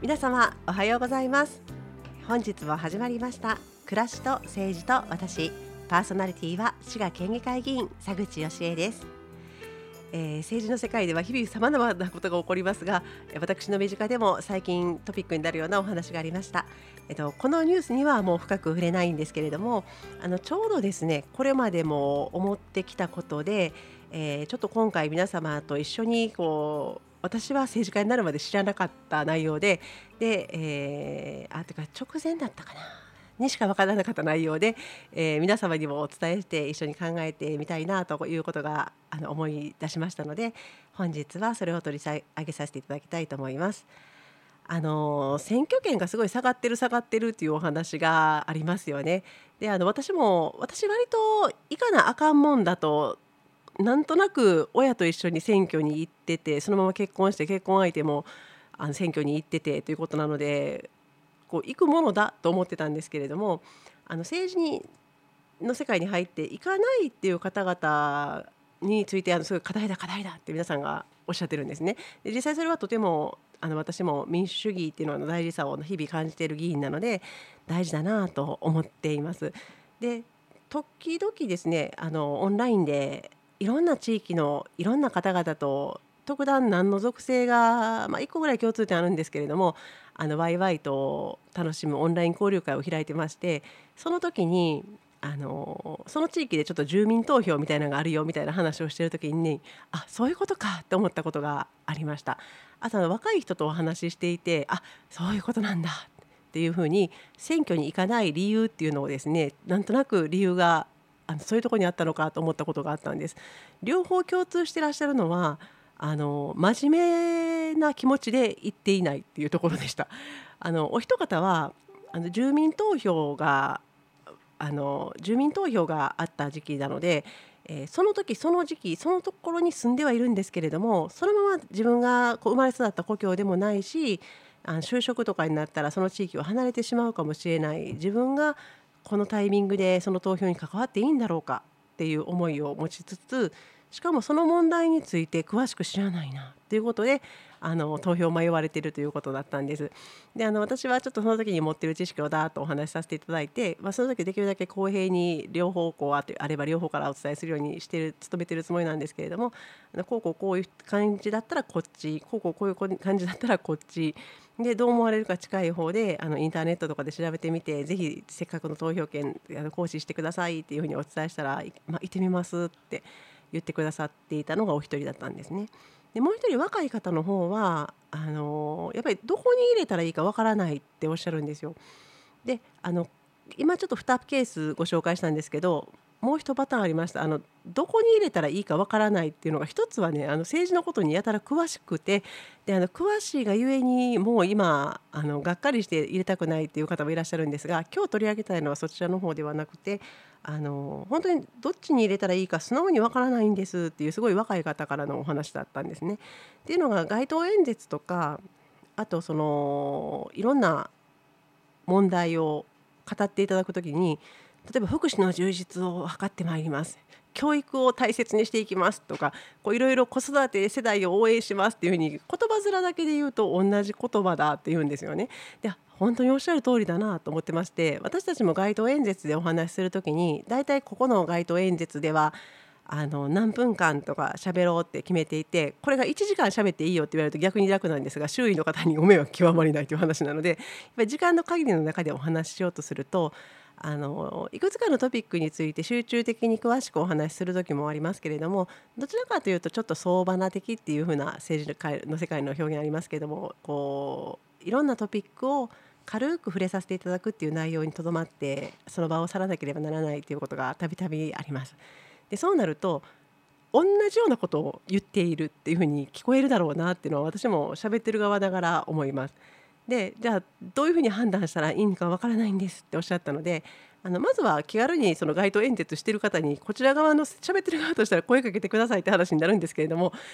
皆様おはようございます。本日も始まりました暮らしと政治と私、パーソナリティは滋賀県議会議員佐口義恵です。政治の世界では日々様々なことが起こりますが、私の身近でも最近トピックになるようなお話がありました。このニュースにはもう深く触れないんですけれども、ちょうどですね、これまでも思ってきたことで、ちょっと今回皆様と一緒に私は政治家になるまで知らなかった内容てか直前だったかなにしか分からなかった内容で、皆様にもお伝えして一緒に考えてみたいなということが思い出しましたので、本日はそれを取り上げさせていただきたいと思います。選挙権がすごい下がってるっていうお話がありますよね。で、私割といかなあかんもんだとなんとなく親と一緒に選挙に行ってて、そのまま結婚して結婚相手も選挙に行っててということなので、行くものだと思ってたんですけれども、政治の世界に入っていかないっていう方々についてすごい課題だって皆さんがおっしゃってるんですね。で、実際それはとても私も民主主義っていうのの大事さを日々感じている議員なので大事だなと思っています。で、時々ですね、オンラインでいろんな地域のいろんな方々と特段何の属性が、1個ぐらい共通点あるんですけれども、ワイワイと楽しむオンライン交流会を開いてまして、その時にその地域でちょっと住民投票みたいなのがあるよみたいな話をしている時に、そういうことかって思ったことがありました。あと若い人とお話ししていて、そういうことなんだっていうふうに、選挙に行かない理由っていうのをですね、なんとなく理由がそういうところにあったのかと思ったことがあったんです。両方共通してらっしゃるのは真面目な気持ちで言っていないっていうところでした。お一方は住民投票があった時期なので、その時その時期そのところに住んではいるんですけれども、そのまま自分が生まれ育った故郷でもないし、就職とかになったらその地域を離れてしまうかもしれない、自分がこのタイミングでその投票に関わっていいんだろうかっていう思いを持ちつつ、しかもその問題について詳しく知らないなということで投票を迷われているということだったんです。で、私はちょっとその時に持っている知識をだーっとお話しさせていただいて、その時できるだけ公平に両方あれば両方からお伝えするように努めているつもりなんですけれども、こういう感じだったらこっち、こういう感じだったらこっちで、どう思われるか近い方でインターネットとかで調べてみて、ぜひせっかくの投票権行使してくださいっていうふうにお伝えしたら、行ってみますって言ってくださっていたのがお一人だったんですね。で、もう一人若い方の方はやっぱりどこに入れたらいいかわからないっておっしゃるんですよ。で、今ちょっと2ケースご紹介したんですけど、もう一パターンありました。どこに入れたらいいかわからないっていうのが、一つはね、政治のことにやたら詳しくて、で詳しいがゆえにもう今がっかりして入れたくないっていう方もいらっしゃるんですが、今日取り上げたいのはそちらの方ではなくて、本当にどっちに入れたらいいか素直にわからないんですっていうすごい若い方からのお話だったんですね。っていうのが、街頭演説とか、あといろんな問題を語っていただくときに、例えば福祉の充実を図ってまいります、教育を大切にしていきますとか、いろいろ子育て世代を応援しますっていうふうに言葉面だけで言うと同じ言葉だって言うんですよね。で、本当におっしゃる通りだなと思ってまして、私たちも街頭演説でお話しするときに、だいたいここの街頭演説では何分間とか喋ろうって決めていて、これが1時間喋っていいよって言われると逆に楽なんですが、周囲の方にご迷惑極まりないという話なので、やっぱり時間の限りの中でお話ししようとすると、いくつかのトピックについて集中的に詳しくお話しする時もありますけれども、どちらかというとちょっと相場な的っていう風な政治の世界の表現ありますけれども、いろんなトピックを軽く触れさせていただくっていう内容にとどまって、その場を去らなければならないということがたびたびあります。で、そうなると同じようなことを言っているっていうふうに聞こえるだろうなっていうのは、私も喋ってる側ながら思います。で、じゃあどういうふうに判断したらいいのかわからないんですっておっしゃったので、まずは気軽にその街頭演説している方に、こちら側の喋ってる側としたら声かけてくださいって話になるんですけれども、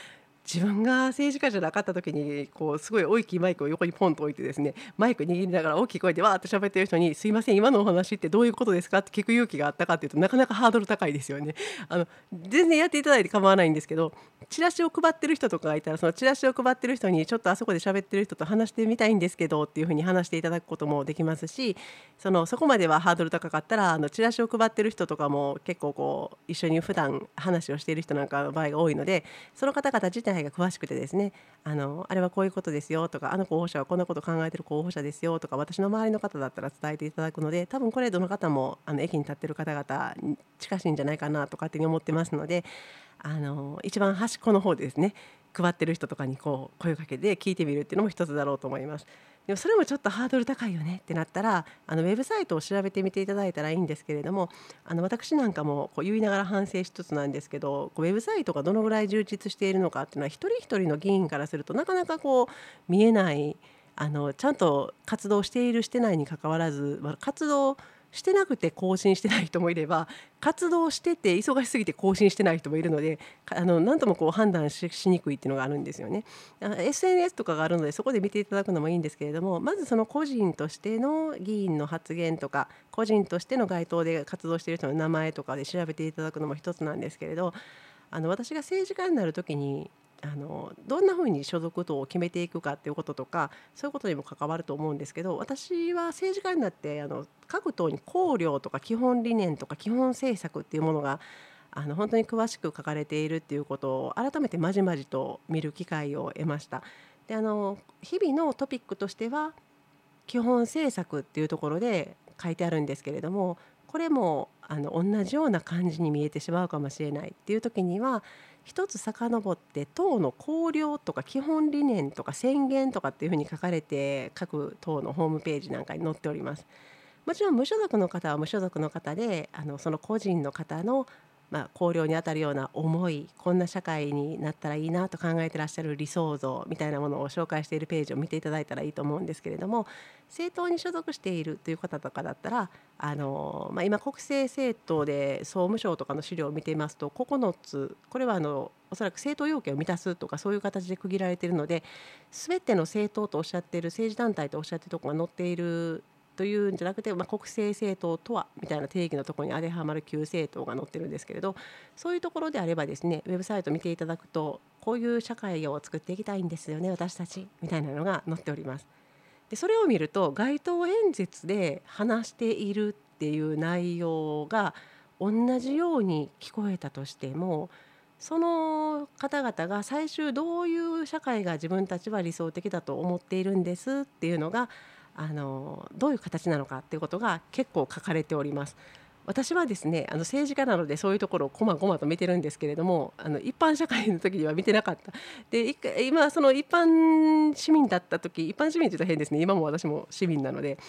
自分が政治家じゃなかった時にこうすごい大きいマイクを横にポンと置いてですね、マイク握りながら大きい声でわーって喋ってる人に「すいません今のお話ってどういうことですか?」って聞く勇気があったかっていうと、なかなかハードル高いですよね。全然やっていただいて構わないんですけど、チラシを配ってる人とかがいたら、そのチラシを配ってる人にちょっとあそこで喋ってる人と話してみたいんですけどっていうふうに話していただくこともできますし、そこまではハードル高かったらチラシを配ってる人とかも結構こう一緒に普段話をしている人なんかの場合が多いので、その方々自体が詳しくてですね、あれはこういうことですよとか、あの候補者はこんなこと考えてる候補者ですよとか、私の周りの方だったら伝えていただくので、多分これどの方も駅に立ってる方々に近しいんじゃないかなと勝手に思ってますので、一番端っこの方でですね、配ってる人とかにこう声かけて聞いてみるっていうのも一つだろうと思います。でもそれもちょっとハードル高いよねってなったら、ウェブサイトを調べてみていただいたらいいんですけれども、私なんかもこう言いながら反省しつつなんですけど、こうウェブサイトがどのぐらい充実しているのかっていうのは一人一人の議員からするとなかなかこう見えない、ちゃんと活動しているしてないにかかわらず、活動してなくて更新してない人もいれば、活動してて忙しすぎて更新してない人もいるので、何ともこう判断しにくいっていうのがあるんですよね。SNS とかがあるのでそこで見ていただくのもいいんですけれども、まずその個人としての議員の発言とか、個人としての街頭で活動している人の名前とかで調べていただくのも一つなんですけれど、私が政治家になる時にどんなふうに所属等を決めていくかっていうこととか、そういうことにも関わると思うんですけど、私は政治家になって各党に綱領とか基本理念とか基本政策っていうものが本当に詳しく書かれているっていうことを改めてまじまじと見る機会を得ました。で日々のトピックとしては基本政策っていうところで書いてあるんですけれども、これも同じような感じに見えてしまうかもしれないっていう時には、一つ遡って党の綱領とか基本理念とか宣言とかっていうふうに書かれて各党のホームページなんかに載っております。もちろん無所属の方は無所属の方でその個人の方の綱領にあたるような思い、こんな社会になったらいいなと考えてらっしゃる理想像みたいなものを紹介しているページを見ていただいたらいいと思うんですけれども、政党に所属しているという方とかだったら今国政政党で総務省とかの資料を見ていますと9つ、これはおそらく政党要件を満たすとかそういう形で区切られているので、全ての政党とおっしゃっている、政治団体とおっしゃっているところが載っているというんじゃなくて、国政政党とはみたいな定義のところに当てはまる旧政党が載ってるんですけれど、そういうところであればですね、ウェブサイト見ていただくと、こういう社会を作っていきたいんですよね私たちみたいなのが載っております。でそれを見ると街頭演説で話しているっていう内容が同じように聞こえたとしても、その方々が最終どういう社会が自分たちは理想的だと思っているんですっていうのがどういう形なのかっていうことが結構書かれております。私はですね政治家なのでそういうところをこまごまと見てるんですけれども、一般社会の時には見てなかった。で今その一般市民だった時、一般市民というと変ですね、今も私も市民なので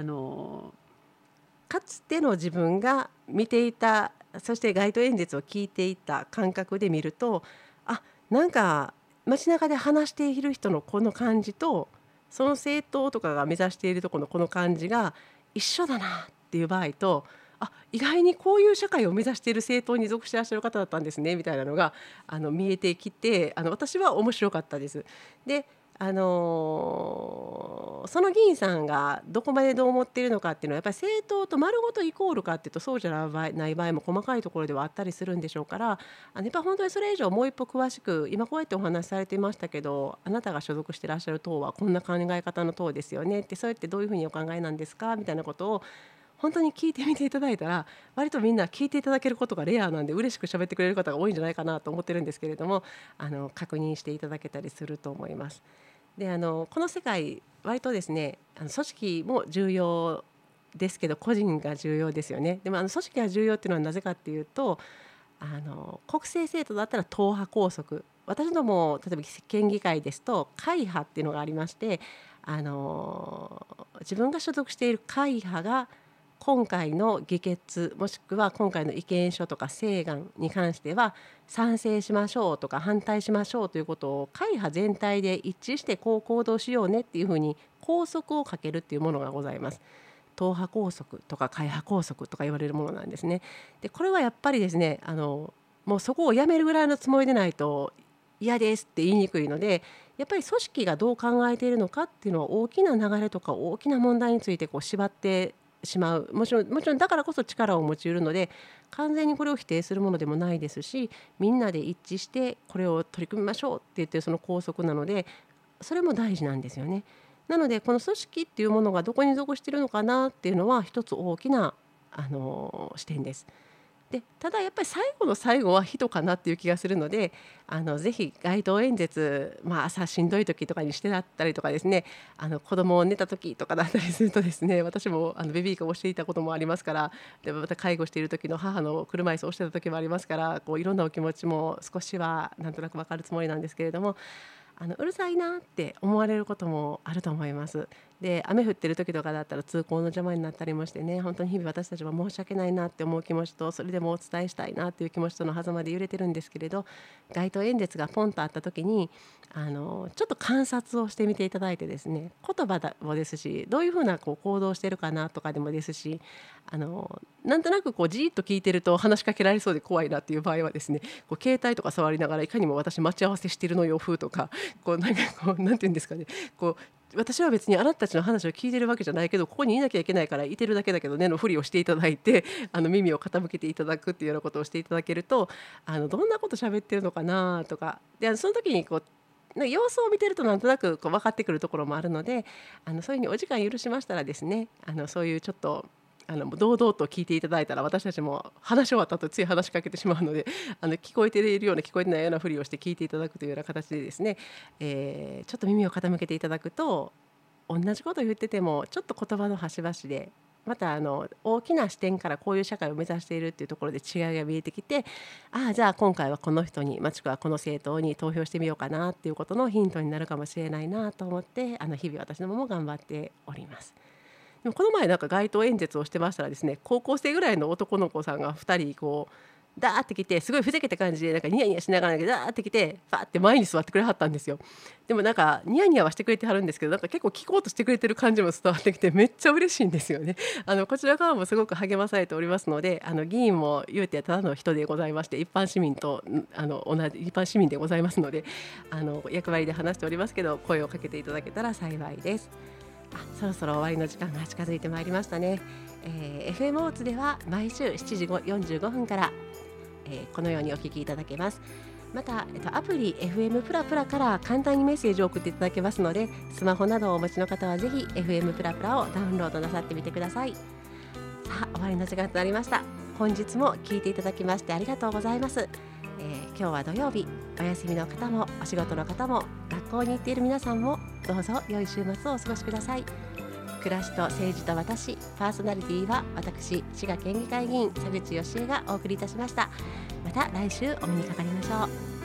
かつての自分が見ていた、そして街頭演説を聞いていた感覚で見ると、なんか街中で話している人のこの感じと、その政党とかが目指しているところのこの感じが一緒だなっていう場合と、意外にこういう社会を目指している政党に属していらっしゃる方だったんですねみたいなのが見えてきて、私は面白かったです。でその議員さんがどこまでどう思っているのかっていうのは、やっぱり政党と丸ごとイコールかっていうとそうじゃない場合も細かいところではあったりするんでしょうから、やっぱ本当にそれ以上もう一歩詳しく、今こうやってお話しされていましたけど、あなたが所属していらっしゃる党はこんな考え方の党ですよねって、そうやってどういうふうにお考えなんですかみたいなことを本当に聞いてみていただいたら、割とみんな聞いていただけることがレアなんで嬉しく喋ってくれる方が多いんじゃないかなと思ってるんですけれども、確認していただけたりすると思います。でこの世界割とですね組織も重要ですけど個人が重要ですよね。でも組織が重要っていうのはなぜかっていうと、国政政党だったら党派拘束、私ども例えば県議会ですと会派っていうのがありまして、自分が所属している会派が今回の議決もしくは今回の意見書とか請願に関しては賛成しましょうとか反対しましょうということを会派全体で一致してこう行動しようねっていうふうに拘束をかけるっていうものがございます。党派拘束とか会派拘束とか言われるものなんですね。でこれはやっぱりですねもうそこをやめるぐらいのつもりでないと嫌ですって言いにくいので、やっぱり組織がどう考えているのかっていうのは大きな流れとか大きな問題について縛ってしまう。もちろんだからこそ力を持ち得るので、完全にこれを否定するものでもないですし、みんなで一致してこれを取り組みましょうって言ってその拘束なので、それも大事なんですよね。なのでこの組織っていうものがどこに属しているのかなっていうのは一つ大きな視点です。でただやっぱり最後の最後は人かなっていう気がするので、ぜひ街頭演説、朝しんどい時とかにしてだったりとかですね、子供を寝た時とかだったりするとですね、私もベビーカーをしていたこともありますから、でまた介護している時の母の車椅子をしてた時もありますから、いろんなお気持ちも少しはなんとなく分かるつもりなんですけれども、うるさいなって思われることもあると思います。で雨降ってる時とかだったら通行の邪魔になったりもしてね、本当に日々私たちは申し訳ないなって思う気持ちと、それでもお伝えしたいなっていう気持ちとの狭間で揺れてるんですけれど、街頭演説がポンとあった時にちょっと観察をしてみていただいてですね、言葉もですし、どういうふうな行動してるかなとかでもですし、なんとなくじーっと聞いてると話しかけられそうで怖いなっていう場合はですね、携帯とか触りながら、いかにも私待ち合わせしてるのよ風とか、なんていうんですかね、私は別にあなたたちの話を聞いてるわけじゃないけど、ここにいなきゃいけないからいてるだけだけどねのふりをしていただいて、耳を傾けていただくっていうようなことをしていただけると、どんなこと喋ってるのかなとかで、その時に様子を見てるとなんとなく分かってくるところもあるので、そういうふうにお時間許しましたらですね、そういうちょっと堂々と聞いていただいたら、私たちも話し終わった後つい話しかけてしまうので、聞こえているような聞こえてないようなふりをして聞いていただくというような形でですね、ちょっと耳を傾けていただくと、同じことを言っててもちょっと言葉の端々でまた大きな視点からこういう社会を目指しているっていうところで違いが見えてきて、じゃあ今回はこの人にもしくはこの政党に投票してみようかなっていうことのヒントになるかもしれないなと思って、日々私どもも頑張っております。でもこの前街頭演説をしてましたらですね、高校生ぐらいの男の子さんが2人ダーって来て、すごいふざけた感じでニヤニヤしながらダーって来てバーって前に座ってくれはったんですよ。でもニヤニヤはしてくれてはるんですけど、結構聞こうとしてくれてる感じも伝わってきてめっちゃ嬉しいんですよね。こちら側もすごく励まされておりますので、議員も言うてただの人でございまして、一般市民と同じ一般市民でございますので、役割で話しておりますけど、声をかけていただけたら幸いです。そろそろ終わりの時間が近づいてまいりましたね。FM オーツでは毎週7時45分から、このようにお聞きいただけます。また、アプリ FM プラプラから簡単にメッセージを送っていただけますので、スマホなどをお持ちの方はぜひ FM プラプラをダウンロードなさってみてください。さあ、終わりの時間となりました。本日も聞いていただきましてありがとうございます。今日は土曜日、お休みの方もお仕事の方も学校に行っている皆さんもどうぞ良い週末をお過ごしください。暮らしと政治と私、パーソナリティは私、滋賀県議会議員佐口芳恵がお送りいたしました。また来週お目にかかりましょう。